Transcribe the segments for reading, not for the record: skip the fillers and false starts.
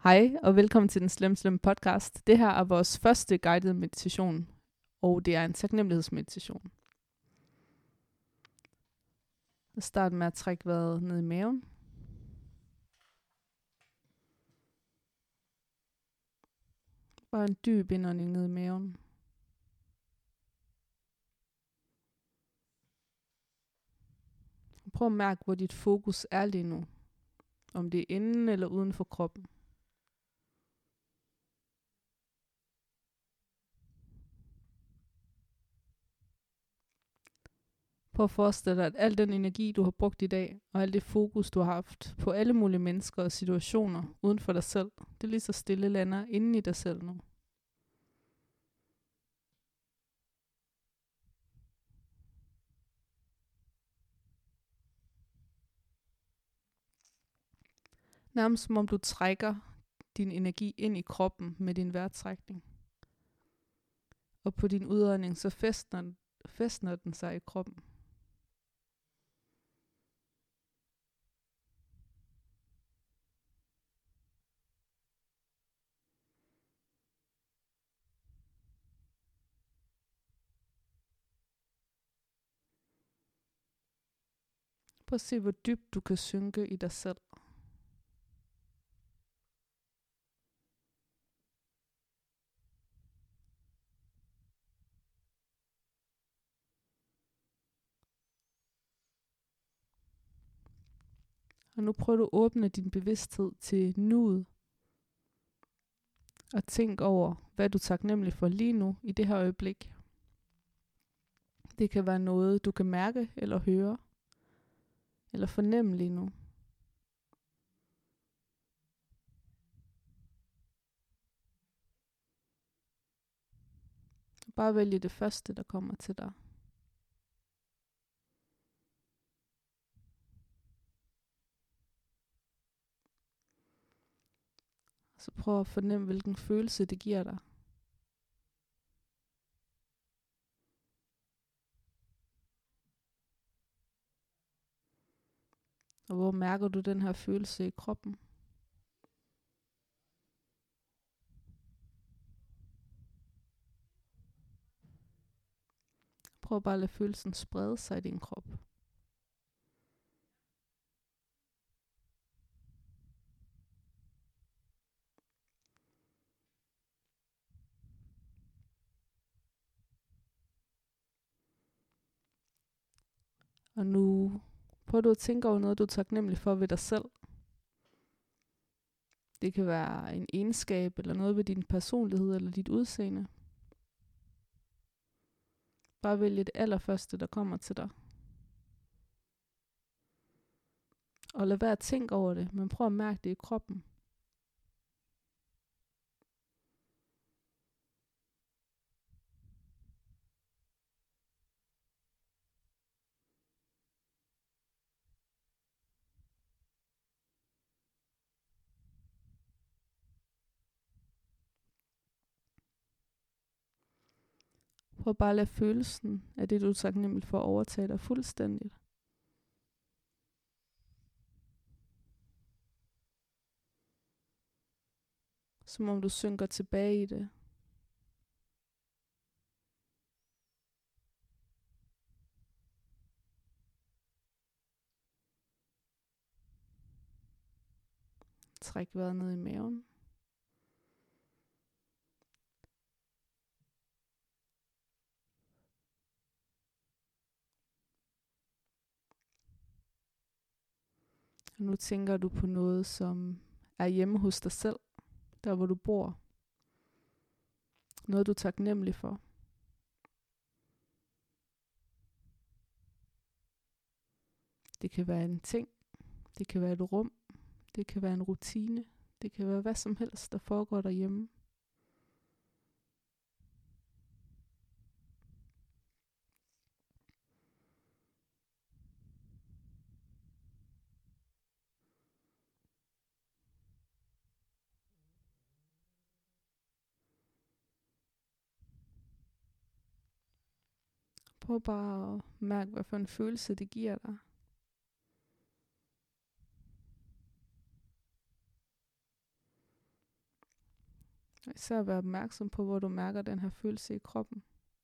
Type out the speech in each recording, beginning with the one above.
Hej og velkommen til den Slem podcast. Det her er vores første guidede meditation, og det er en taknemmelighedsmeditation. Start med at trække vejret ned i maven. Bare en dyb indånding ned i maven. Prøv at mærke, hvor dit fokus er lige nu. Om det er inden eller uden for kroppen. Prøv at forestille dig, at al den energi, du har brugt i dag, og alt det fokus, du har haft på alle mulige mennesker og situationer uden for dig selv, det lige så stille lander inde i dig selv nu. Nærmest som om du trækker din energi ind i kroppen med din vejrtrækning. Og på din udånding, så fæstner den sig i kroppen. Prøv at se, hvor dybt du kan synke i dig selv. Og nu prøver du at åbne din bevidsthed til nuet. Og tænk over, hvad du er taknemmelig for lige nu, i det her øjeblik. Det kan være noget, du kan mærke eller høre, eller fornemme lige nu. Bare vælge det første, der kommer til dig. Så prøv at fornemme, hvilken følelse det giver dig. Og hvor mærker du den her følelse i kroppen? Prøv bare at lade følelsen sprede sig i din krop. Og nu prøv du at tænke over noget, du er taknemmelig for ved dig selv. Det kan være en egenskab, eller noget ved din personlighed, eller dit udseende. Bare vælg det allerførste, der kommer til dig. Og lad være at tænke over det, men prøv at mærke det i kroppen. Prøv bare at lade følelsen af det, du er taknemmelig for, at overtage dig fuldstændigt. Som om du synker tilbage i det. Træk vejret ned i maven. Og nu tænker du på noget, som er hjemme hos dig selv, der hvor du bor. Noget du er taknemmelig for. Det kan være en ting, det kan være et rum, det kan være en rutine, det kan være hvad som helst, der foregår derhjemme. Prøv bare at mærke, hvad for en følelse det giver dig. Især være opmærksom på, hvor du mærker den her følelse i kroppen.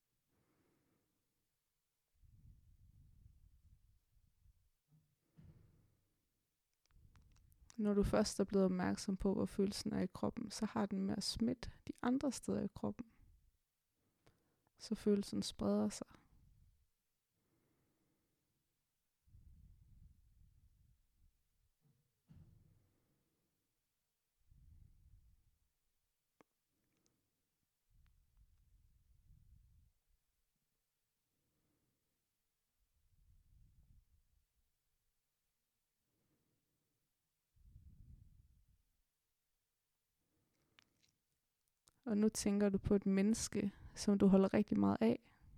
Når du først er blevet opmærksom på, hvor følelsen er i kroppen, så har den med at smitte de andre steder i kroppen. Så følelsen spreder sig. Og nu tænker du på et menneske, som du holder rigtig meget af.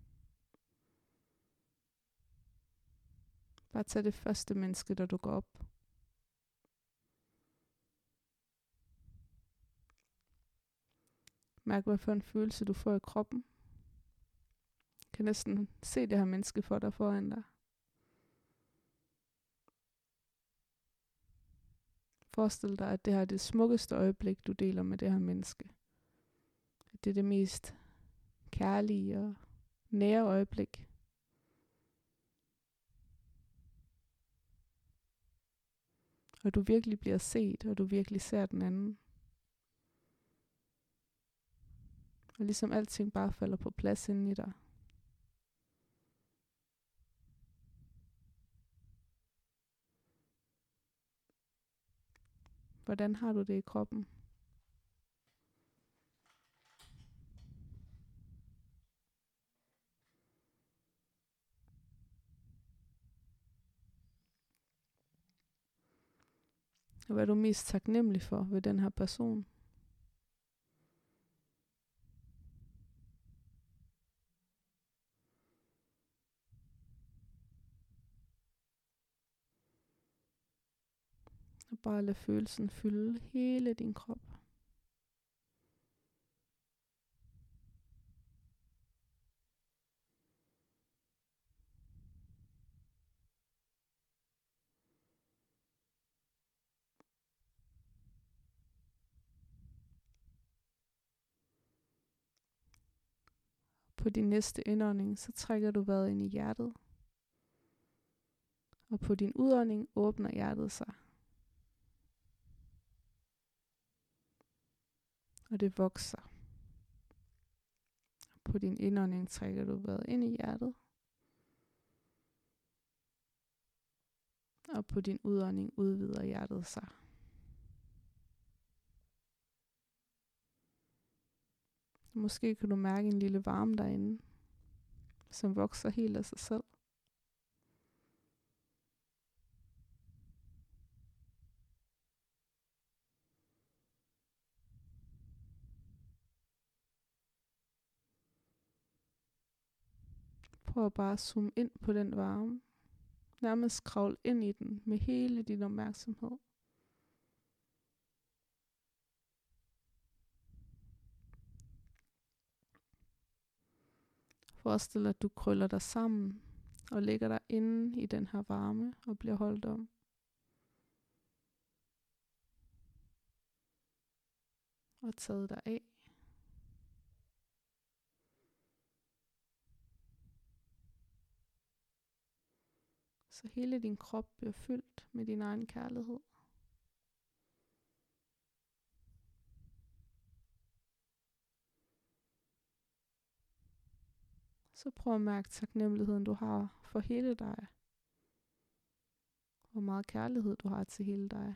Bare tag det første menneske, der dukker op. Mærk, hvad for en følelse du får i kroppen. Du kan næsten se det her menneske for dig foran dig. Forestil dig, at det her er det smukkeste øjeblik, du deler med det her menneske. Det er det mest kærlige og nære øjeblik. Og du virkelig bliver set, og du virkelig ser den anden. Og ligesom alting bare falder på plads inde i dig. Hvordan har du det i kroppen? Og hvad er du mest taknemmelig for ved den her person? Og bare lad følelsen fylde hele din krop. På din næste indånding, så trækker du vejret ind i hjertet. Og på din udånding åbner hjertet sig. Og det vokser. På din indånding trækker du vejret ind i hjertet. Og på din udånding udvider hjertet sig. Måske kan du mærke en lille varme derinde, som vokser helt af sig selv. Prøv bare at zoome ind på den varme. Nærmest kravl ind i den med hele din opmærksomhed. Forestil dig, at du krøller dig sammen og lægger dig inde i den her varme og bliver holdt om. Og taget dig af. Så hele din krop bliver fyldt med din egen kærlighed. Så prøv at mærke taknemmeligheden, du har for hele dig. Hvor meget kærlighed du har til hele dig.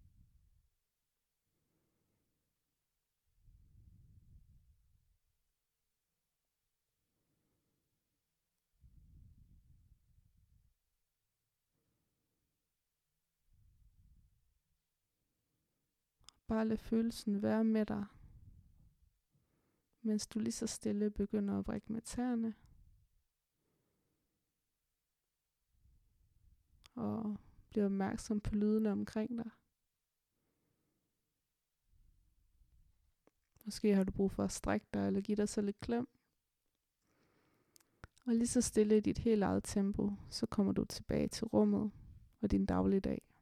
Bare lad følelsen være med dig, mens du lige så stille begynder at vrikke med tæerne. Og bliver opmærksom på lydene omkring dig. Måske har du brug for at strække dig eller give dig selv et klem. Og lige så stille i dit helt eget tempo, så kommer du tilbage til rummet og din dagligdag.